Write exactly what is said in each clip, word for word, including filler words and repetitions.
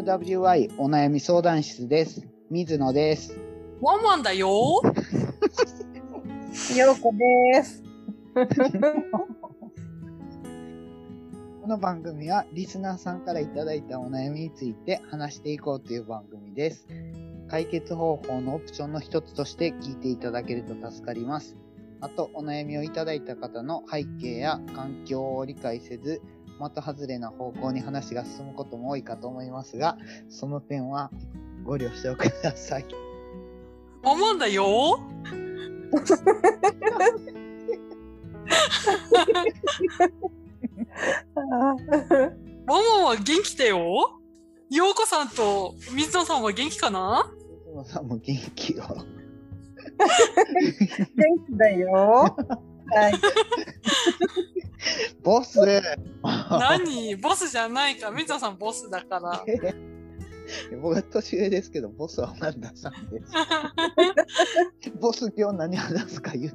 ムダブリューアイ お悩み相談室です。水野です。 ワンワンだよ。 ようこです。 この番組はリスナーさんからいただいたお悩みについて話していこうという番組です。解決方法のオプションの一つとして聞いていただけると助かります。あと、お悩みをいただいた方の背景や環境を理解せず、的外れな方向に話が進むことも多いかと思いますが、その点はご了承ください。 ワンワンだよ。ワンワンは元気だよ。ようこさんと水野さんは元気かな？ 水野さんも元気よ。 元気だよ。はい。 ボス。 何？ボスじゃないか。水野さんボスだから。 僕は年上ですけど、ボスはマンダさんです。ボス今日何話すか言って。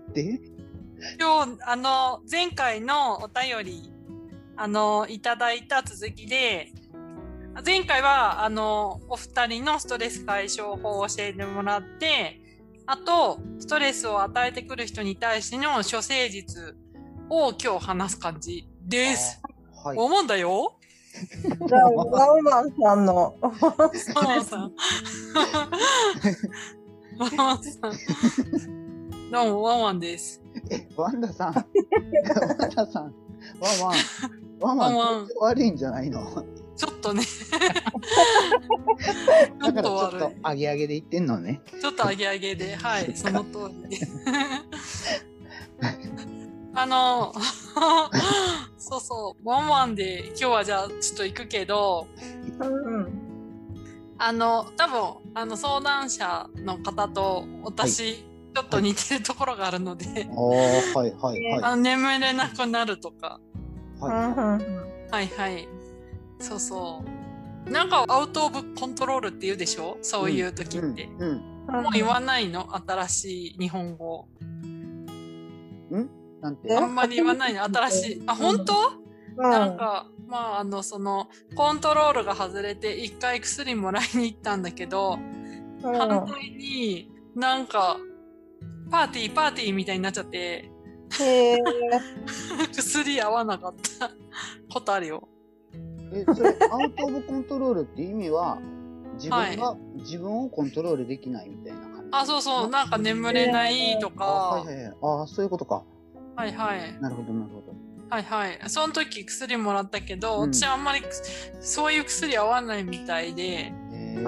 今日、あの、前回のお便り、あの、いただいた続きで、前回は、あの、お二人のストレス解消法を教えてもらって、あと、ストレスを与えてくる人に対しての処世術を今日話す感じです。はい。思うんだよ。 じゃあ、ワンワンさんの。 ワンワンさん。ワンワンさん。どうも、ワンワンです。 え、ワンダさん。ワンダさん。ワンワン。ワンワン、ワンワン悪いんじゃないの？ ちょっとね。 だからちょっと上げ上げで言ってんのね。 ちょっと上げ上げで、はい、その通りで。あの、そうそう、ワンワンで今日はじゃあちょっと行くけど、うん、あの、多分、あの、相談者の方と私、はい、ちょっと似てるところがあるので、はい、 はいはいはい、 あの眠れなくなるとか、 はい、 はいはい。そうそう。なんかアウトオブコントロールって言うでしょ？そういう時って。うんうんうん、もう言わないの？新しい日本語。 ん？なんて？ あんまり言わないの？新しい。あ、本当？うん、なんか、まあ、あの、その、コントロールが外れて一回薬もらいに行ったんだけど、うん、反対になんか、パーティーパーティーみたいになっちゃって、へ薬合わなかったことあるよ。 え、それ、アウトオブコントロールって意味は、自分が、はい、自分をコントロールできないみたいな感じ？ あ、そうそう、なんか眠れないとか。 あ、はいはいはい。あ、そういうことか。 はいはい。 なるほど、なるほど。はいはい。その時薬もらったけど、うん、私あんまりそういう薬合わないみたいで。うん、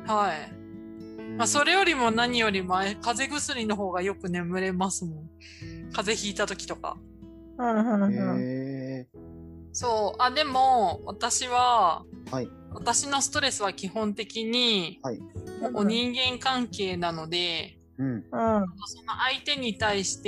はい。まあ、それよりも何よりも風邪薬の方がよく眠れますもん。風邪ひいた時とか。へー。そう。あ、でも、私は、はい、私のストレスは基本的に、はい、もう人間関係なので、うん、その相手に対して、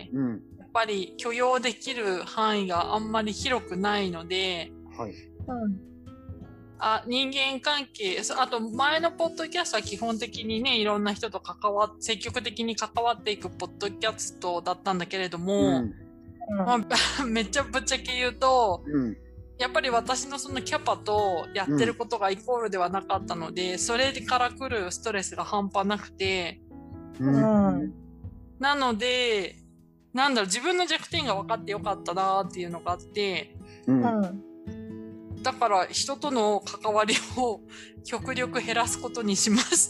うん、やっぱり許容できる範囲があんまり広くないので、はい、うん、あ、人間関係、あと前のポッドキャストは基本的にね、いろんな人と関わっ、積極的に関わっていくポッドキャストだったんだけれども、うんまあ、めっちゃぶっちゃけ言うと、うん、やっぱり私のそのキャパとやってることがイコールではなかったので、うん、それから来るストレスが半端なくて、うん、なので、なんだろう、自分の弱点が分かってよかったなっていうのがあって、うん、だから人との関わりを極力減らすことにしました。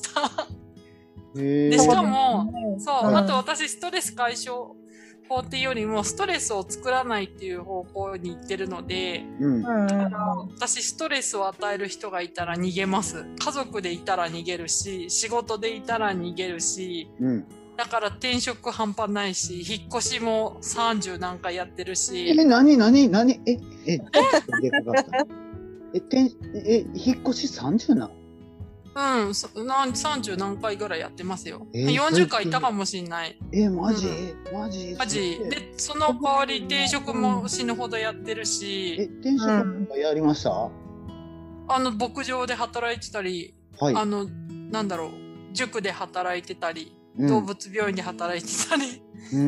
で、しかも、そう、あと私ストレス解消法っていうよりもストレスを作らないっていう方向に行ってるので、うん、だから私ストレスを与える人がいたら逃げます。家族でいたら逃げるし、仕事でいたら逃げるし、うん、だから転職半端ないし、引っ越しもさんじゅう何回やってるし。 え、なになになにえ、え、え、転え、引っ越しさんじゅう何？ うん、さんじゅう何回ぐらいやってますよ。えー、よんじゅっかいいったかもしんない。 えー、マジ、うん、マジマジで、その代わり転職も死ぬほどやってるし。 え、転職もやりました？うん、 あの、牧場で働いてたり、はい、あの、なんだろう、塾で働いてたり、うん、動物病院で働いてたり、うん、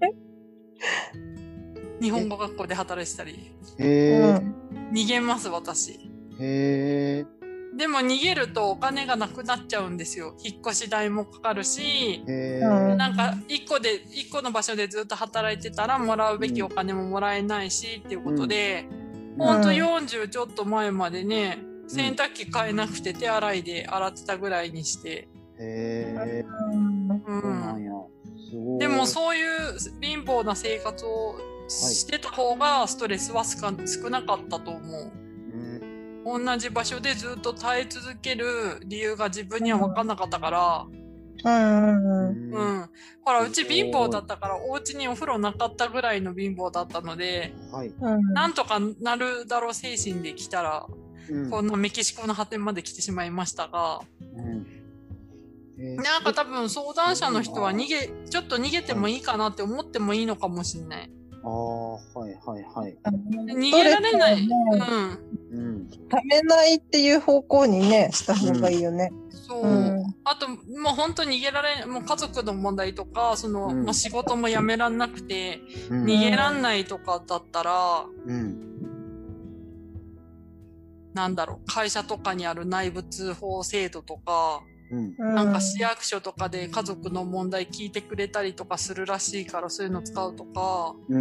日本語学校で働いてたり。 へー。 逃げます、私。 へー。 でも逃げるとお金がなくなっちゃうんですよ。引っ越し代もかかるし、なんか一個で、一個の場所でずっと働いてたらもらうべきお金ももらえないしっていうことで、うん、ほんとよんじゅうちょっと前までね、洗濯機買えなくて手洗いで洗ってたぐらいにして。へー。うん。そうなんや。すごい。でもそういう貧乏な生活をしてた方がストレスは少なかったと思う。うん、同じ場所でずっと耐え続ける理由が自分には分かんなかったから。うんうんうん。ほら、うち貧乏だったから、お家にお風呂なかったぐらいの貧乏だったので、はい、なんとかなるだろう精神で来たら、うん、こんなメキシコの果てまで来てしまいましたが、うんえー、なんか多分相談者の人は逃げ、ちょっと逃げてもいいかなって思ってもいいのかもしれない。ああ、はいはいはい。逃げられない。うん。 ためないっていう方向にね、した方がいいよね。 うん、そう、うん。あと、もう本当に逃げられ、もう家族の問題とか、その、うん、まあ、仕事も辞めらんなくて、うん、逃げらんないとかだったら、うん、なんだろう、会社とかにある内部通報制度とか、うん、なんか市役所とかで家族の問題聞いてくれたりとかするらしいからそういうの使うとか、うん、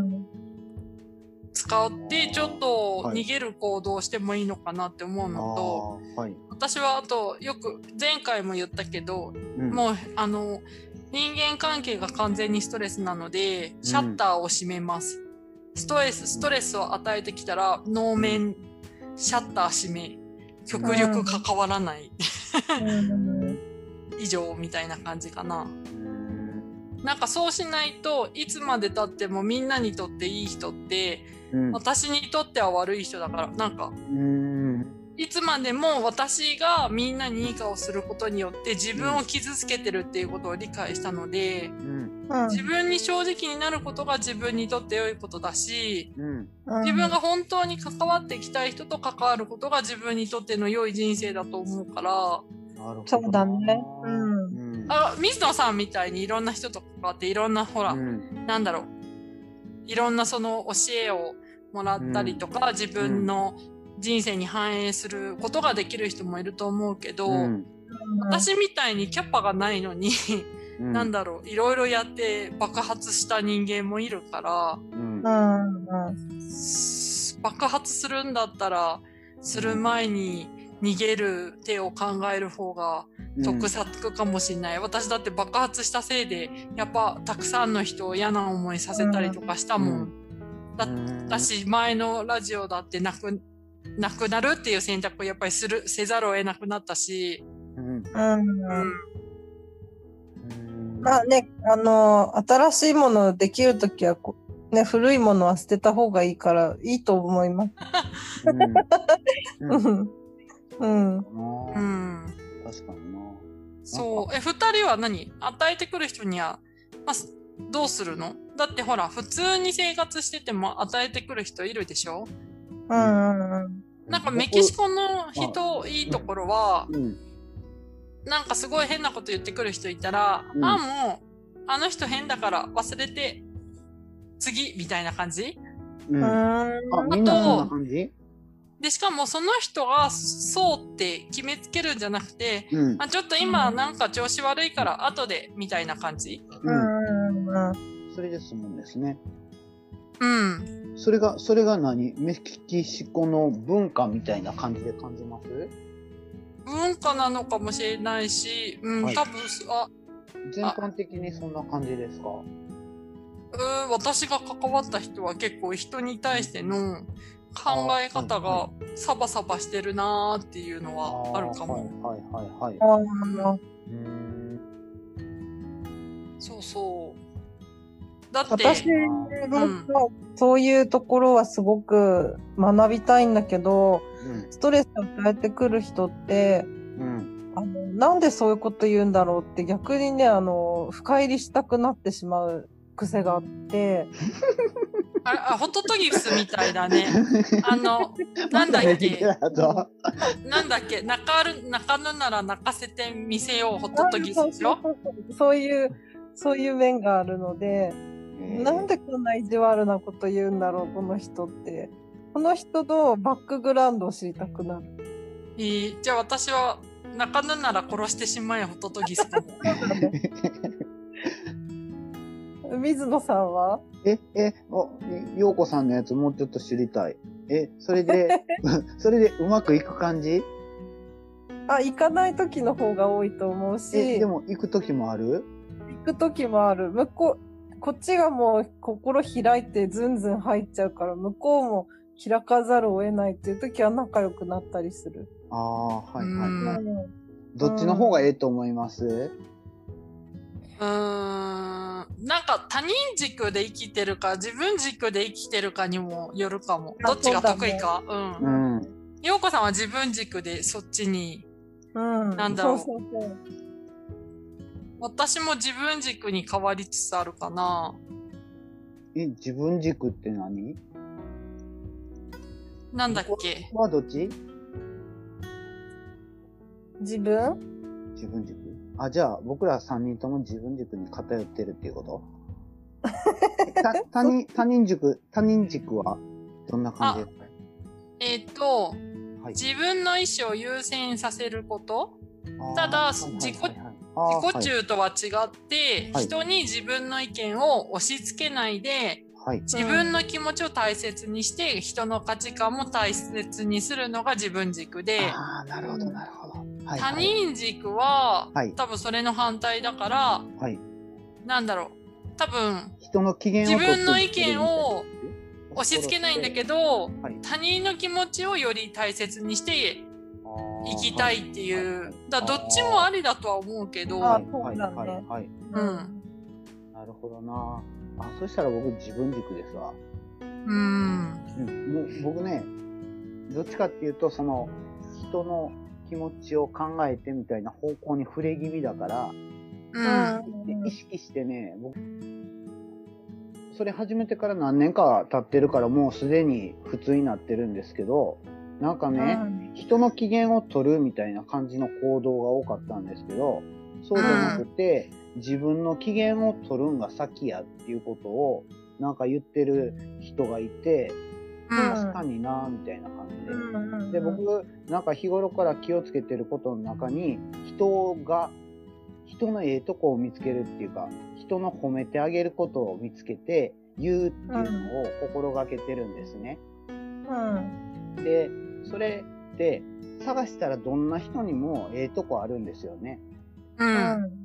使ってちょっと逃げる行動をしてもいいのかなって思うのと、はい、私はあとよく前回も言ったけど、うん、もうあの人間関係が完全にストレスなのでシャッターを閉めます。うん、ストレス、ストレスを与えてきたら能面シャッター閉め、極力関わらない。以上みたいな感じかな。なんかそうしないといつまで経ってもみんなにとっていい人って、うん、私にとっては悪い人だからなんかいつまでも私がみんなにいい顔することによって自分を傷つけてるっていうことを理解したので、うん、自分に正直になることが自分にとって良いことだし、うん、自分が本当に関わっていきたい人と関わることが自分にとっての良い人生だと思うから。 そうだね。 うん。あ、水野さんみたいにいろんな人と関わっていろんなほら、うん、なんだろう、いろんなその教えをもらったりとか、うん、自分の人生に反映することができる人もいると思うけど、うん、私みたいにキャパがないのに、うん、なんだろう、いろいろやって爆発した人間もいるから、うんうん、爆発するんだったらする前に逃げる手を考える方が得策かもしれない、うん、私だって爆発したせいでやっぱたくさんの人を嫌な思いさせたりとかしたもん、うん、だったし前のラジオだってなくなくなるっていう選択をやっぱりするせざるを得なくなったし、うんうんうんまあね、あの新しいものできるときはこね、古いものは捨てた方がいいからいいと思います。うんうんうん。うん。 確かにな。 そう。え、二人は何？与えてくる人には、まあ、どうするの？だってほら、普通に生活してても与えてくる人いるでしょ？うんうんうん。なんかメキシコの人、いいところは、うん、なんかすごい変なこと言ってくる人いたら、うん、あ、もう、あの人変だから忘れて、次みたいな感じ？うん。あ、 みんなそんな感じ？ で、しかもその人がそうって決めつけるんじゃなくて、うん、あちょっと今なんか調子悪いから後でみたいな感じ。うん。 うん、それで済むんですね。 うん。 それが、それが何？メキシコの文化みたいな感じで感じます？ 文化なのかもしれないし、うん、はい、多分、あ、 全般的にそんな感じですか？ うん、私が関わった人は結構人に対しての考え方がサバサバしてるなーっていうのはあるかも。はいはいはいはい。うん、そうそう。だって私もそういうところはすごく学びたいんだけど、うん、ストレスを与えてくる人って、うん、あのなんでそういうこと言うんだろうって逆にね、あの深入りしたくなってしまう癖があってあ、ホトトギスみたいだね。あの、なんだっけ。なんだっけ。泣かる、泣かぬなら泣かせてみせよう、ホトトギスでしょ？ そういう、そういう面があるので、なんでこんな意地悪なこと言うんだろう、この人って。この人のバックグラウンドを知りたくなる。 いい。じゃあ私は泣かぬなら殺してしまえホトトギスかも。 水野さんはえ、え、お、ようこさんのやつもうちょっと知りたい。え、それで、それでうまくいく感じ？ あ、行かない時の方が多いと思うし。 え、でも行く時もある？ 行く時もある。向こう、こっちがもう心開いてズンズン入っちゃうから、向こうも開かざるを得ないっていう時は仲良くなったりする。 ああ、はいはい。どっちの方がええと思います？ うーん、なんか他人軸で生きてるか自分軸で生きてるかにもよるかも。どっちが得意か。う, ね、うん。うん。ようこさんは自分軸でそっちに、うん、なんだろう。そうそうそう。私も自分軸に変わりつつあるかな。 え、自分軸って何？ なんだっけ？ はどっち？ 自分？ 自分軸？あ、じゃあ僕ら三人とも自分軸に偏ってるっていうこと？た他人、他人軸、他人軸はどんな感じですか？ えっと、はい、自分の意思を優先させること。ただ、自己、自己中とは違って、はい、人に自分の意見を押し付けないで、はい、自分の気持ちを大切にして、人の価値観も大切にするのが自分軸で、 ああ、なるほど、なるほど。 はいはい、他人軸は、はい、多分それの反対だから、はい、なんだろう、多分、 人の機嫌を自分の意見を押し付けないんだけど、はい、他人の気持ちをより大切にして、行きたいっていう。だどっちもありだとは思うけど。 あ、そうだね。 はい。うん。なるほどな。あ、そしたら僕自分軸ですわ。 うん。 うん。もう僕ね、どっちかっていうと、その、人の気持ちを考えてみたいな方向に触れ気味だから、うん。意識してね、僕、それ始めてから何年か経ってるからもうすでに普通になってるんですけど、なんかね、うん、人の機嫌を取るみたいな感じの行動が多かったんですけど、そうじゃなくて、うん、自分の機嫌を取るんが先やっていうことをなんか言ってる人がいて、うん、確かになみたいな感じで、うん、で僕なんか日頃から気をつけてることの中に人が人のええとこを見つけるっていうか、人の褒めてあげることを見つけて言うっていうのを心がけてるんですね。うん、でそれって探したらどんな人にもええとこあるんですよね。うん。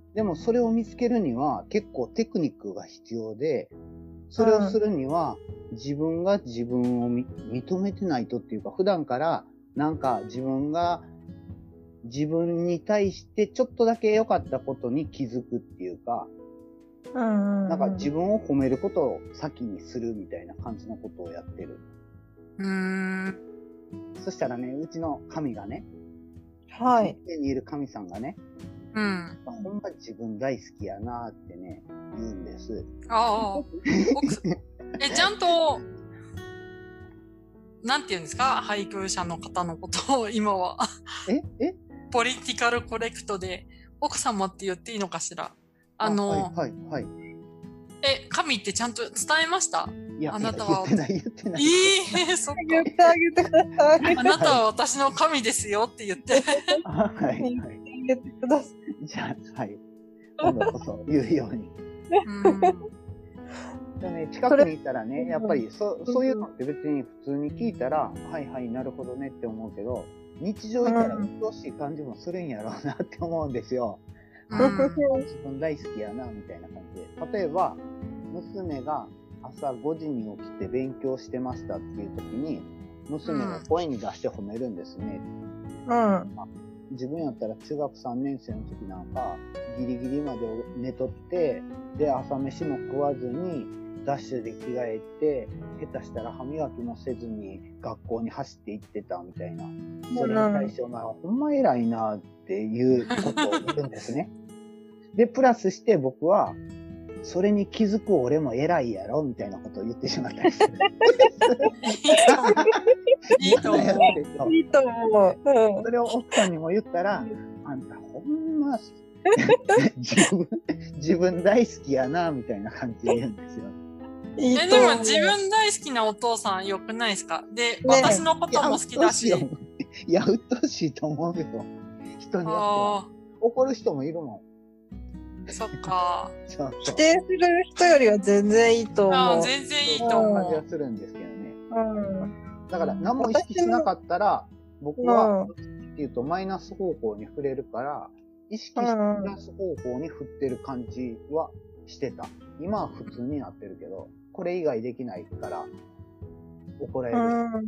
でもそれを見つけるには結構テクニックが必要で、それをするには自分が自分を認めてないとっていうか、普段からなんか自分が自分に対してちょっとだけ良かったことに気づくっていうか、なんか自分を褒めることを先にするみたいな感じのことをやってる。うーん。そしたらね、うちの神がね、 はい。 家にいる神さんがね、うん。ほんま自分大好きやなーってね、言うんです。 ああ。え、ちゃんと、なんて言うんですか？配偶者の方のことを今は。 ええポリティカルコレクトで、奥様って言っていいのかしら？あの、 はい、はい、はい。 え、神ってちゃんと伝えました？ いや、あなたは。言ってない、言ってない。 ええー、そっか。 言ってあげてください。 あなたは私の神ですよって言って。 はい、はい。 言ってください。じゃあ、はい。今度こそ言うように。うんでね、近くにいたらね、やっぱりそ、そういうのって別に普通に聞いたら、はいはい、なるほどねって思うけど、日常いたらうっとうしい感じもするんやろうなって思うんですよ。うん、自分大好きやな、みたいな感じで。例えば、娘が朝ごじに起きて勉強してましたっていう時に、娘が声に出して褒めるんですね。うん。まあ、自分やったら中学さんねん生の時なんか、ギリギリまで寝とって、で、朝飯も食わずに、ダッシュで着替えて、下手したら歯磨きもせずに学校に走って行ってたみたいな。それに対してお前はほんま偉いなっていうことを言うんですね。で、プラスして僕は、それに気づく俺も偉いやろみたいなことを言ってしまったりする。 いいと思う。 いいと思う。 それを奥さんにも言ったら、あんたほんま自分、自分大好きやなみたいな感じで言うんですよ。 え、でも自分大好きなお父さん良くないですか？で、ね、私のことも好きだし。 いや、うっとうしいと思うよ。人によっては。怒る人もいるもん。そっか。 そうそう。 否定する人よりは全然いいと思う。 あ全然いいと思う。 感じはするんですけどね。 うん。 だから、何も意識しなかったら、僕は、っていうとマイナス方向に触れるから、意識してプラス方向に振ってる感じはしてた。今は普通になってるけど、これ以外できないから怒られる。うんうん、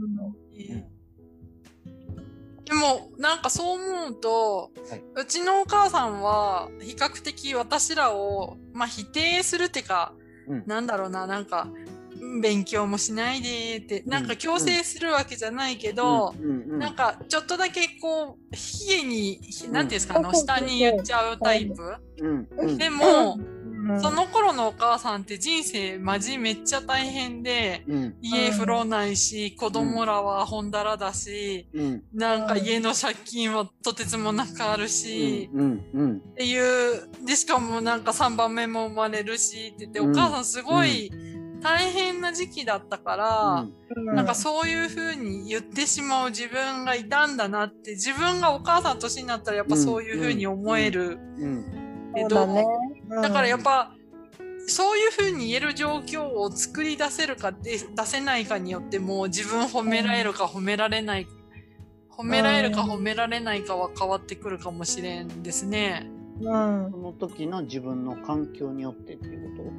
でもなんかそう思うと、はい、うちのお母さんは比較的私らを、まあ、否定するっていうか、うん、なんだろうな、なんか勉強もしないでって、なんか強制するわけじゃないけど、うんうんうん、なんかちょっとだけこう、ひげに、うん、なんていうんですか、あの、下に言っちゃうタイプ。うんうん、でも、うん、その頃のお母さんって人生マジめっちゃ大変で、うん、家風呂ないし、子供らは本だらだし、うん、なんか家の借金はとてつもなくあるし、うんうん、っていう、で、しかもなんかさんばんめも生まれるしって言って、お母さんすごい大変な時期だったから、うん、なんかそういう風に言ってしまう自分がいたんだなって、自分がお母さん年になったらやっぱそういう風に思える。けど、だからやっぱ、そういう風に言える状況を作り出せるかで出せないかによっても自分褒められるか褒められない、褒められるか褒められないかは変わってくるかもしれんですね。 うん、その時の自分の環境によってっていうこと？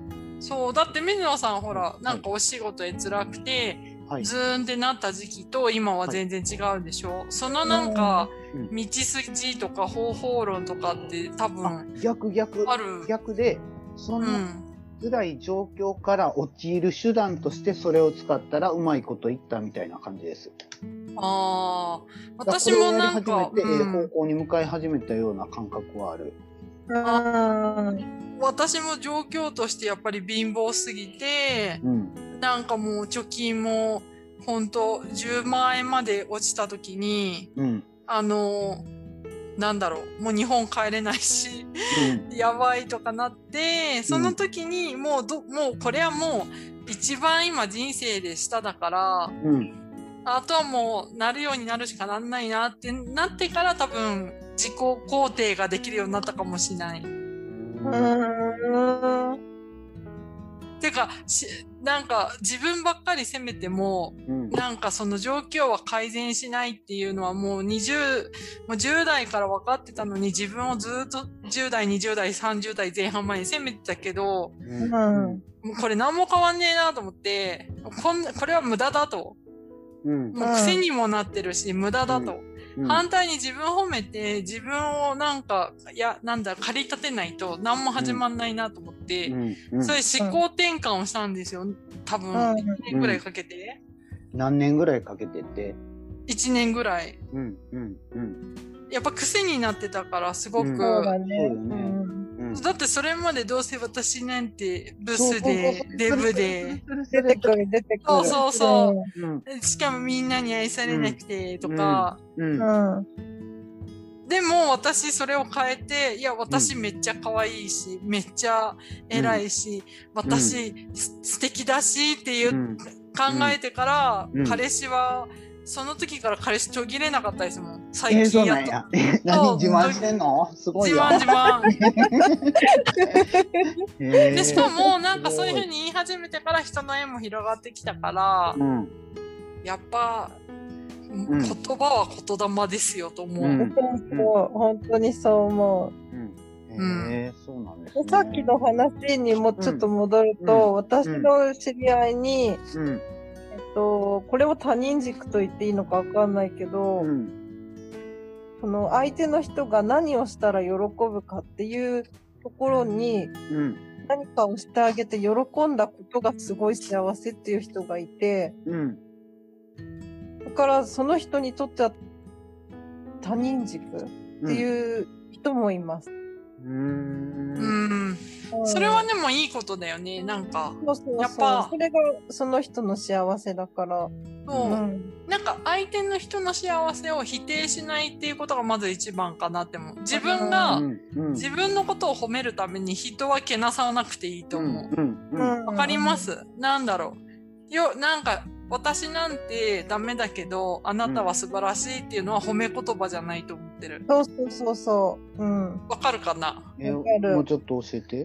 そう、だって水野さんほら、なんかお仕事で辛くて、はい、ズーンってなった時期と今は全然違うでしょ、はい、そのなんか、うん、道筋とか方法論とかって多分逆逆ある逆でその辛い状況から陥る手段としてそれを使ったらうまいこといったみたいな感じです。 ああ、私もなんかこれをやり始めて、うん、方向に向かい始めたような感覚はある。 あ私も状況としてやっぱり貧乏すぎて、うん、なんかもう貯金もほんとじゅうまんえんまで落ちた時に、うん、あのなんだろう、もう日本帰れないし、うん、やばいとかなって、その時にもうど、もうこれはもう一番今人生で下だから、うん、あとはもうなるようになるしかなんないなってなってから多分自己肯定ができるようになったかもしれない。うーん。てか、なんか自分ばっかり責めても、うん、なんかその状況は改善しないっていうのはもうにじゅう、もうじゅう代から分かってたのに自分をずっとじゅう代、にじゅう代、さんじゅう代前半前に責めてたけど、うん、もうこれ何も変わんねえなと思って、こんこれは無駄だと。うん、もう癖にもなってるし無駄だと。うん、反対に自分を褒めて自分をなんか、いや、なんだ、駆り立てないと何も始まんないなと思って、うんうん、そういう思考転換をしたんですよ。多分、いちねんぐらいかけて。 うん、何年ぐらいかけてって？ いちねんぐらい。 うんうんうん、 やっぱ癖になってたからすごく。うん、 そうだね。 だってそれまでどうせ私なんてブスでデブで出てくる出てくるそうそうそう、うん、しかもみんなに愛されなくてとか、うんうんうん、でも私それを変えていや私めっちゃ可愛いし、うん、めっちゃ偉いし、うん、私、うん、素敵だしっていう、うん、考えてから、うん、彼氏はその時から彼氏途切れなかったですもん。最近やっと。 えー、何自慢してんの？すごいよ。 自慢自慢。でしかもなんかそういう風に言い始めてから人の絵も広がってきたから、うん、やっぱ、うん、言葉は言霊ですよと思う。うん、 本当にそう思う。うん、へー、そうなんですね。 さっきの話にもちょっと戻ると、うん、私の知り合いに、うんえっと、これを他人軸と言っていいのかわかんないけど、うん、その相手の人が何をしたら喜ぶかっていうところに、うん、何かをしてあげて喜んだことがすごい幸せっていう人がいて、うん、だからその人にとっては他人軸っていう人もいます。 うーんそれはでもいいことだよね。なんか、そうそうそうやっぱそれがその人の幸せだから。 そう、うん、なんか相手の人の幸せを否定しないっていうことがまず一番かなって思う。自分が、うんうん、自分のことを褒めるために人はけなさなくていいと思う。わ、うんうん、かります？なんだろう。よ、なんか私なんてダメだけど、あなたは素晴らしいっていうのは褒め言葉じゃないと思ってる。 そうそうそうそう。うん。 わかるかな？ え、もうちょっと教えて。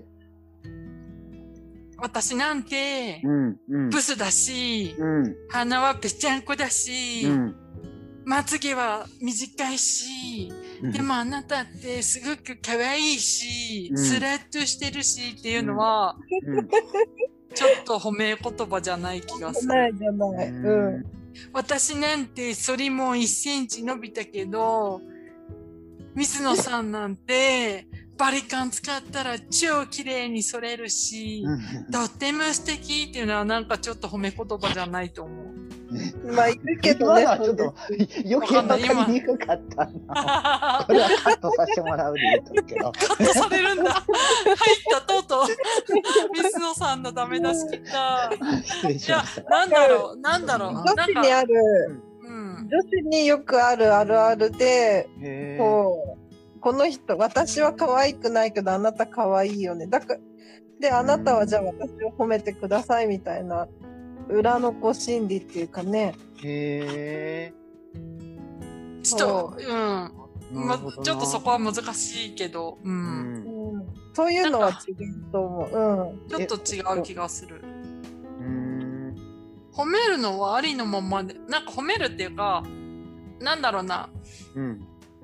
私なんて、ブスだし、うん、鼻はぺちゃんこだし、うん、まつげは短いし、うん、でもあなたってすごく可愛いし、うん、スラッとしてるしっていうのは、うん、ちょっと褒め言葉じゃない気がする。 ないじゃない。うん。 私なんて反りもいっセンチ伸びたけど、水野さんなんて、バリカン使ったら超綺麗に剃れるし、とっても素敵っていうのはなんかちょっと褒め言葉じゃないと思う。 まあ、いるけどね。 今はちょっと余計わかりにくかったな。これはカットさせてもらうで言うとるけど。 カットされるんだ。入った、とうとう。水野さんのダメ出し聞いた。 失礼しました。 いや、なんだろう、なんだろう。 女子にある、うん、女子によくあるあるあるで、こう、この人、私は可愛くないけど、あなた可愛いよね。だから、で、あなたはじゃあ私を褒めてくださいみたいな、裏の子心理っていうかね。 へー。ちょっと、うん。ま、ちょっとそこは難しいけど、うん。 うん、そういうのは違うと思う。うん。 ちょっと違う気がする。うん。褒めるのはありのままで、なんか褒めるっていうか、なんだろうな。うん。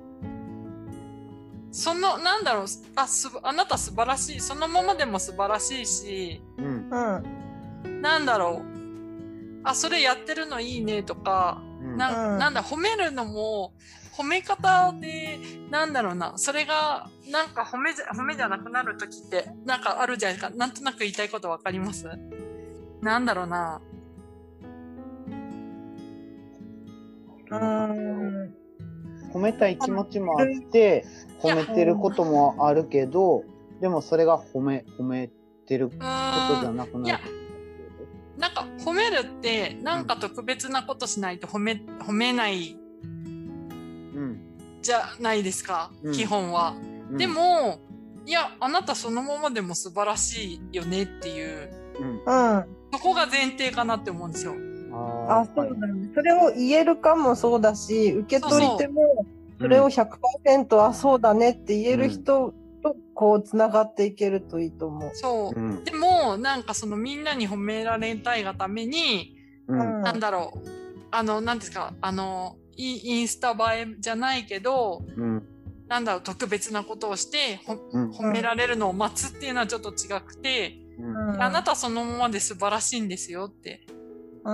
その、なんだろう、あ、す、あなた素晴らしい。そのままでも素晴らしいし、うん。なんだろう。あ、それやってるのいいねとか、うん、な, なんだ、褒めるのも、褒め方で、なんだろうな、それが、なんか褒めじゃ、褒めじゃなくなるときって、なんかあるじゃないですか。なんとなく言いたいことわかります？なんだろうな。 うーん。褒めたい気持ちもあって、褒めてることもあるけど、でもそれが褒め、褒めてることじゃなくなる。 なんか褒めるって、なんか特別なことしないと褒め、褒めない、うん、じゃないですか、うん、基本は。うん、でも、いや、あなたそのままでも素晴らしいよねっていう、うん、そこが前提かなって思うんですよ。 ああ、そうだね。それを言えるかもそうだし、受け取り手もそれを ひゃくパーセント、うん、あ、そうだねって言える人とこう繋がっていけるといいと思う。 そう。うん、でも、なんかそのみんなに褒められたいがために、うん、なんだろう。あの、なんですか、あの、インスタ映えじゃないけど、うん、なんだろう、特別なことをしてほ、うん、褒められるのを待つっていうのはちょっと違くて、うん、あなたそのままで素晴らしいんですよって。うん、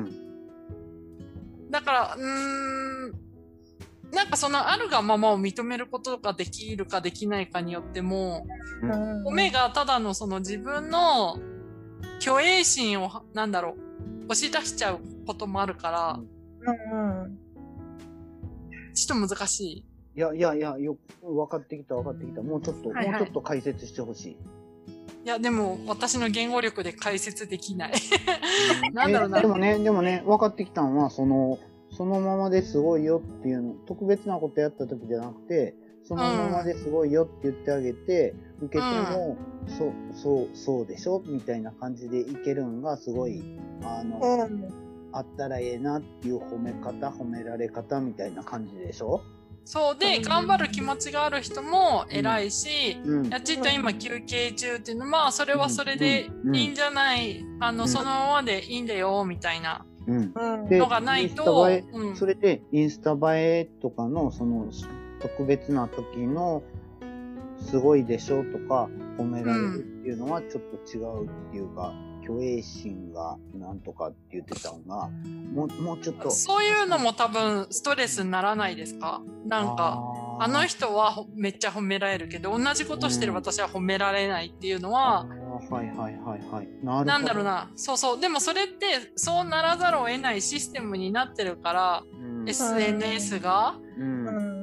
だから、うーん、なんかそのあるがままを認めることができるかできないかによっても、うん、褒めがただのその自分の虚栄心を、なんだろう、押し出しちゃうこともあるから、うんうん、ちょっと難しい。 いやいやいや、よく分かってきた分かってきた。もうちょっと、はいはい、もうちょっと解説してほしい。 いや、でも、私の言語力で解説できない。なんだろうな。 でもね、でもね、分かってきたのは、その、そのままですごいよっていうの、特別なことやった時じゃなくて、そのままですごいよって言ってあげて、うん、受けても、うん、そう、そう、そうでしょみたいな感じでいけるんが、すごい、あの、うん、あったらええなっていう褒め方、褒められ方みたいな感じでしょ？ そうで、頑張る気持ちがある人も偉いし、うん、いやちっと今休憩中っていうのは、まあそれはそれでいいんじゃない、うん、あの、そのままでいいんだよ、みたいなのがないと。 インスタ映え、うん、それでインスタ映えとかのその特別な時のすごいでしょとか褒められるっていうのはちょっと違うっていうか、虚栄心がなんとかって言ってたのが、もう、もうちょっと。 そういうのも多分ストレスにならないですか？なんか、あ, あの人はめっちゃ褒められるけど、同じことしてる私は褒められないっていうのは、うん、 はいはいはいはい。なるほど。 なんだろうな。そうそう。でもそれってそうならざるを得ないシステムになってるから、うん、エスエヌエス が、うん、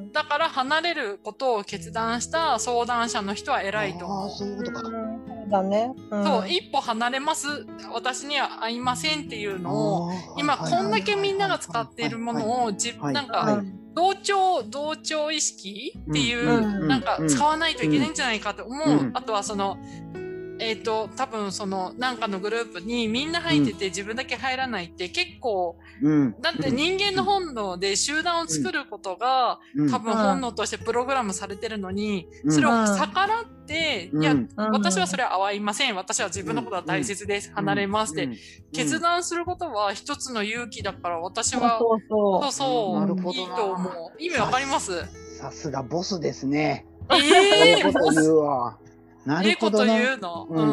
だから離れることを決断した相談者の人は偉いと思う。 ああ、そういうことか。 だね。 うん、そう、一歩離れます。私には合いませんっていうのを、今こんだけみんなが使っているものを自分、なんか、同調、同調意識っていう、なんか使わないといけないんじゃないかと思う。あとはその、 えっと、多分その、なんかのグループにみんな入ってて自分だけ入らないって結構、うん、だって人間の本能で集団を作ることが、うん、多分本能としてプログラムされてるのに、うん、それを逆らって、うん、いや、うん、私はそれは合いません。私は自分のことは大切です。うん、離れますって、うん、決断することは一つの勇気だから、私は、そうそう、そうそう、なるほど、いいと思う。意味わかります？ さすがボスですね。 ええー、こと言うわ。なるほどな。 ええこと言うの。 うん、うん、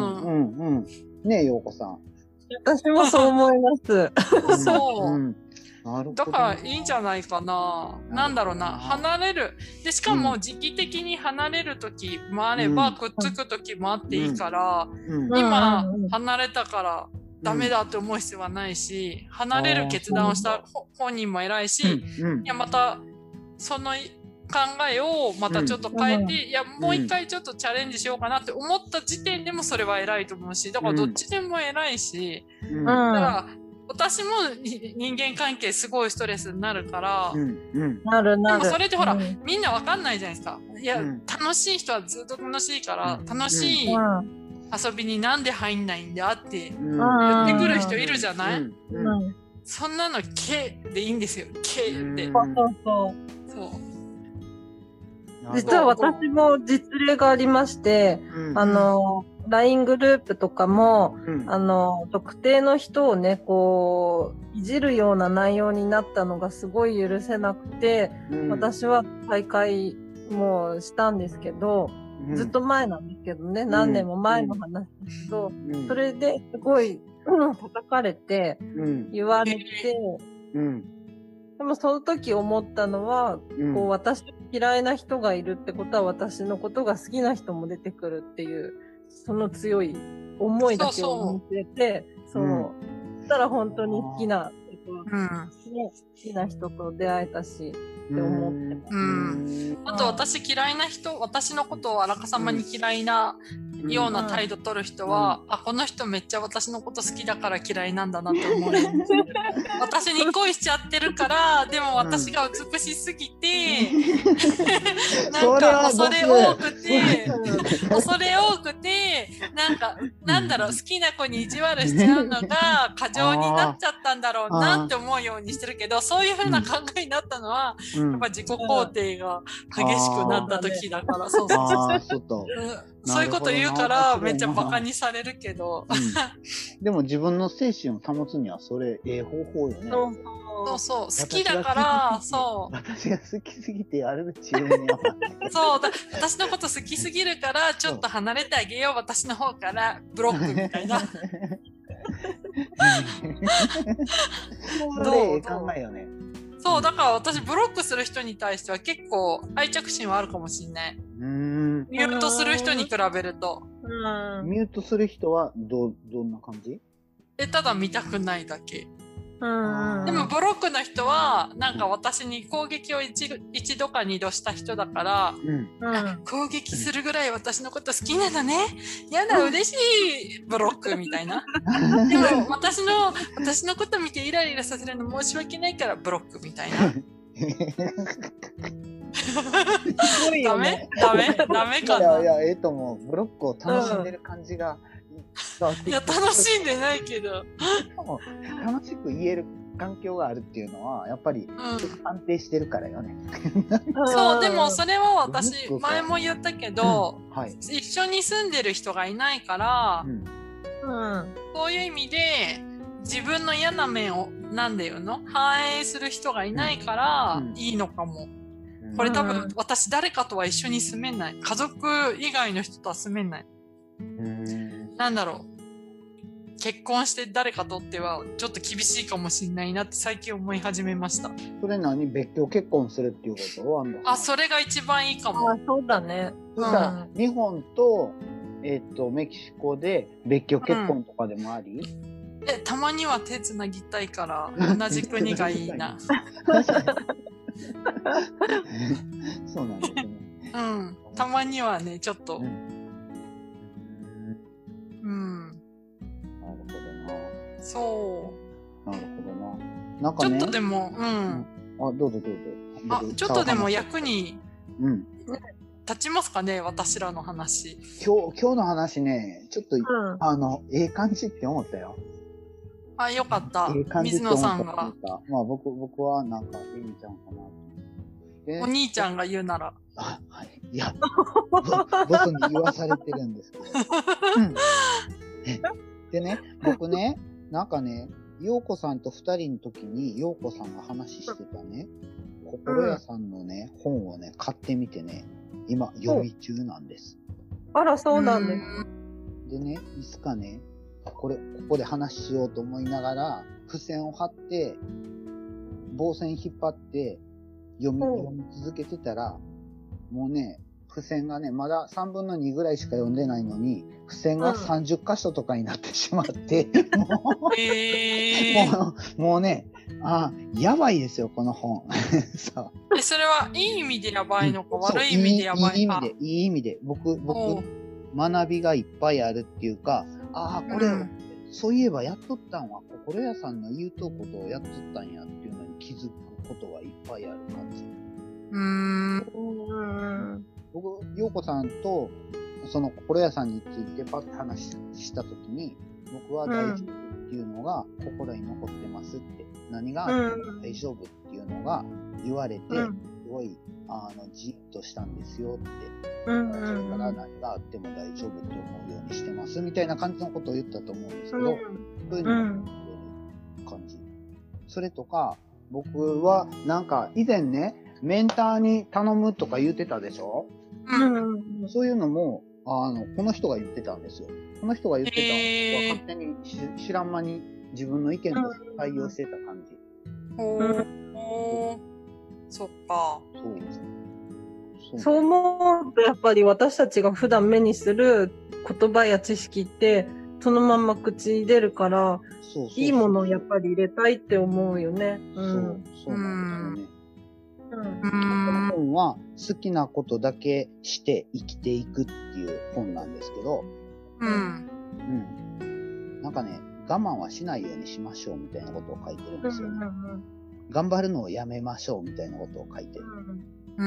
うん。ねえ、ようこさん。 私もそう思います。 そう。うん、なるほど。だからいいんじゃないかな。なんだろうな。離れる。で、しかも時期的に離れる時もあれば、うん、くっつく時もあっていいから、うん、今、離れたからダメだって思う必要はないし、離れる決断をした本人も偉いし、うん、いや、また、その、考えをまたちょっと変えて、うん、いや、もう一回ちょっとチャレンジしようかなって思った時点でもそれは偉いと思うし、だからどっちでも偉いし、うん、だから私も人間関係すごいストレスになるから、うんうん、 なるなる。 でもそれってほら、うん、みんなわかんないじゃないですか。いや、うん、楽しい人はずっと楽しいから、うん、楽しい遊びになんで入んないんだって言ってくる人いるじゃない、うんうん、そんなの K でいいんですよ。K って。 そうそうそう。 そう実は私も実例がありまして、うん、あの、ライン グループとかも、うん、あの、特定の人をね、こう、いじるような内容になったのがすごい許せなくて、うん、私は大会もしたんですけど、うん、ずっと前なんですけどね、何年も前の話ですけど、うん、それですごい、うん、叩かれて、言われて、うんでもその時思ったのは、うん、こう私嫌いな人がいるってことは私のことが好きな人も出てくるっていう、その強い思いだけを見せて、そう。そしたら本当に好きな、うん、好きな人と出会えたし、って思ってます。 うん。あと私嫌いな人、私のことをあらかさまに嫌いなような態度取る人は、うん、あ、この人めっちゃ私のこと好きだから嫌いなんだなって思う。私に恋しちゃってるから、でも私が美しすぎて、うん、なんか恐れ多くて、恐れ多くて、なんか、なんだろう、好きな子に意地悪しちゃうのが過剰になっちゃったんだろうなって思うようにしてるけど、そういう風な考えになったのは、うん、やっぱ自己肯定が激しくなった時だから、そうそうそう。そういうこと言うからめっちゃバカにされるけど、うん、 でも自分の精神を保つにはそれええ方法よね。 そうそうそう好きだからそう私が好きすぎてあるチームにはそうだ私のこと好きすぎるからちょっと離れてあげよう私の方からブロックみたいなどう考えよね。 そうだから私ブロックする人に対しては結構愛着心はあるかもしんない。うーんミュートする人に比べると。 うんミュートする人はどうどんな感じ？ えただ見たくないだけ。うんでもブロックの人はなんか私に攻撃を 一, 一度か二度した人だから、うん、攻撃するぐらい私のこと好きなのねやだ嬉しいブロックみたいなでも私の私のこと見てイライラさせるの申し訳ないからブロックみたいなダメダメダメかな。 いやいやええと思う。ブロックを楽しんでる感じが、 うん、いや楽しんでないけど楽しく言える環境があるっていうのはやっぱり安定してるからよね、 うん、そうでもそれは私前も言ったけど、うんはい、一緒に住んでる人がいないから、うんうん、そういう意味で自分の嫌な面をなんで言うの反映する人がいないからいいのかも、うん、これ多分私誰かとは一緒に住めない家族以外の人とは住めない、うんなんだろう結婚して誰かとってはちょっと厳しいかもしれないなって最近思い始めました。 それ何別居結婚するっていうことあそれが一番いいかも。 あそうだね。 そしたら、うん、日本と、えー、とメキシコで別居結婚とかでもあり、うん、 えたまには手つなぎたいから同じ国がいいなそうなんですね。 うんたまにはねちょっと、うんうん、 なるほどな。 そう。 なるほどな。なんかね、 ちょっとでも、うん。 あ、どうぞどうぞ。 あ、ちょっとでも役に立ちますかね、私らの話。 今日、今日の話ね、ちょっと、うん、あの、ええ感じって思ったよ。 あ、よかった。 ええ感じ水野さんが。 まあ僕、僕はなんか、ええんちゃうんかな。 お兄ちゃんが言うなら。 あ、はい。いや、ボスに言わされてるんですけど。うん、でね、僕ね、なんかね、陽子さんと二人の時に陽子さんが話してたね、心屋さんのね、うん、本をね、買ってみてね、今、読み中なんです。 あら、そうなんです。 でね、いつかね、これ、ここで話しようと思いながら、付箋を貼って、棒線引っ張って、読み、読み続けてたら、もうね、付箋がね、まださんぶんのにぐらいしか読んでないのに、付箋がさんじゅっかしょとかになってしまって、うん、もう、えー、もう、もうね、あ、やばいですよ、この本。 そう。え、それはいい意味でやばいのか、うん、悪い意味でやばいのか。 いい意味で、いい意味で。僕、僕、学びがいっぱいあるっていうか、ああ、これ、うん、そういえばやっとったんは、心屋さんの言うとうことをやっとったんやっていうのに気づくことがいっぱいある感じ。 うーん。 僕、陽子さんと、その心屋さんについてパッと話したときに、僕は大丈夫っていうのが心に残ってますって、何があっても大丈夫っていうのが言われて、すごい、あの、じっとしたんですよって、それから何があっても大丈夫って思うようにしてますみたいな感じのことを言ったと思うんですけど、そういうのが感じ。それとか、僕はなんか以前ね、メンターに頼むとか言ってたでしょ？うん。そういうのも、あの、この人が言ってたんですよ。この人が言ってたのは勝手に知らん間に自分の意見と対応してた感じ。 ほー。そっか。 そう。 そう。そう思うと、やっぱり私たちが普段目にする言葉や知識って、そのまま口に出るから、そうそうそう、いいものをやっぱり入れたいって思うよね。 うん、そう、そうなんですよね。うん、この本は好きなことだけして生きていくっていう本なんですけど、 うん。 うん。なんかね、我慢はしないようにしましょうみたいなことを書いてるんですよね。うんうんうん、頑張るのをやめましょうみたいなことを書いてる。 うん。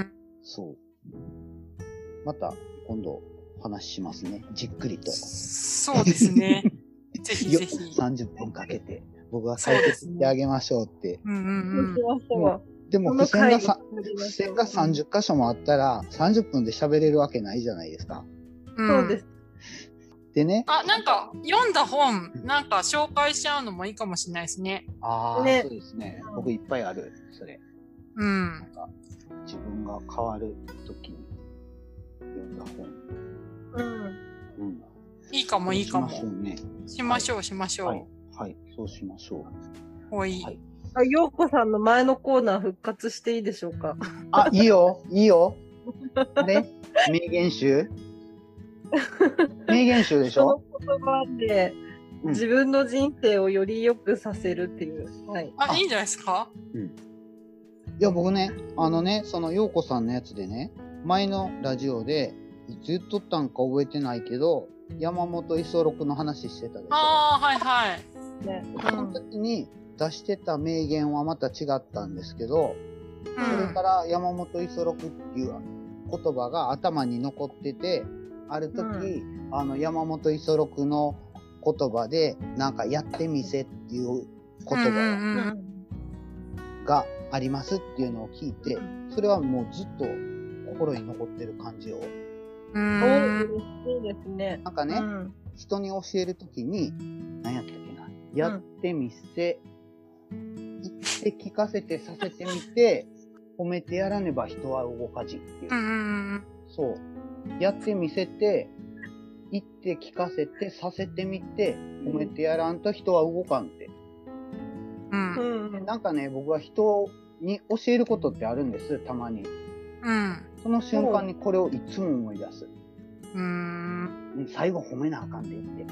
そう。また今度話しますね。じっくりと。 そうですね。ぜひぜひ。 さんじゅっぷんかけて僕は解決してあげましょうって。 うんうんうん。 でも付箋がさ、付箋がさんじゅっかしょもあったらさんじゅっぷんで喋れるわけないじゃないですか。 うん、そうです。 でね。 あ、なんか読んだ本、なんか紹介しちゃうのもいいかもしれないですね。 ああ、ね、そうですね。僕いっぱいある、それ。 うん。 なんか自分が変わるときに読んだ本。 うん。 うん。 いいかもいいかも。 しましょうね。 しましょう、しましょう。 はい、はい、そうしましょう。はい。はい、 あ、ようこさんの前のコーナー復活していいでしょうか？ あ、いいよ、いいよ。ね、名言集名言集でしょ？ その言葉で、うん、自分の人生をより良くさせるっていう。はい。 あ、いいんじゃないですか？ うん。いや、僕ね、あのね、そのようこさんのやつでね、前のラジオで、いつ言っとったんか覚えてないけど、山本五十六の話してたでしょ。 ああ、はいはい。 ね、その時に出してた名言はまた違ったんですけど、うん、それから山本五十六っていう言葉が頭に残ってて、ある時、うん、あの山本五十六の言葉でなんかやってみせっていう言葉がありますっていうのを聞いて、それはもうずっと心に残ってる感じを。 うん、いいですね。 なんかね、うん、人に教えるときに、何やったっけな、やってみせ、うん、言って聞かせてさせてみて、褒めてやらねば人は動かじっていう。 うん、 そう。やってみせて、言って聞かせてさせてみて、褒めてやらんと人は動かんって。 うん、 なんかね、僕は人に教えることってあるんです、たまに。 うん。 その瞬間にこれをいつも思い出す。 うーん。 最後褒めなあかんで言って。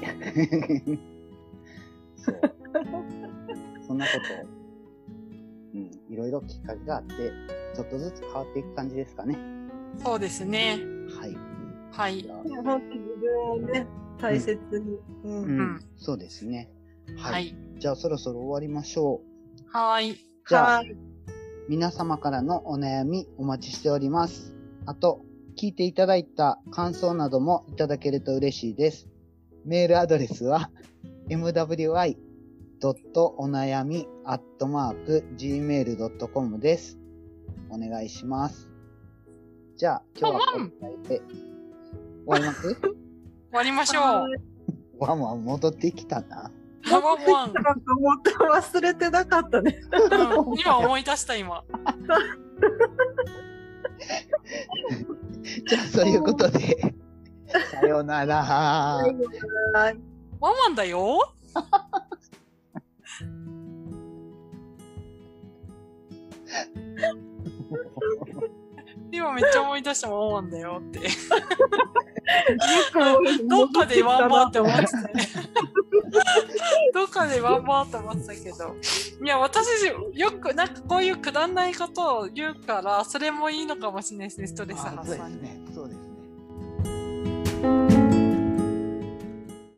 そう。そんなことを、うん、いろいろきっかけがあって、ちょっとずつ変わっていく感じですかね。 そうですね。 はい。 はい。 本当に自分をね、大切に。 うん。うんうん、そうですね。はい。はい、じゃあそろそろ終わりましょう。はい。 じゃあ、皆様からのお悩みお待ちしております。あと、 聞いていただいた感想などもいただけると嬉しいです。メールアドレスは エムダブリューアイドットおなやみアットマークジーメールドットコム です。お願いします。じゃあ今日はこのくらいで終わります？ 終わりましょう。 ワンワン戻ってきたな。 ワンワン。 忘れてなかったね。 うん、今思い出した今。 じゃあそういうことでさようなら。 ワンワンだよ。今めっちゃ思い出したワンワンだよって。どっかでワンワンって思ってたね。どっかでワンワンって思ってたけど。いや、私、よくなんかこういうくだらないことを言うから、それもいいのかもしれないですね、ストレス発散に。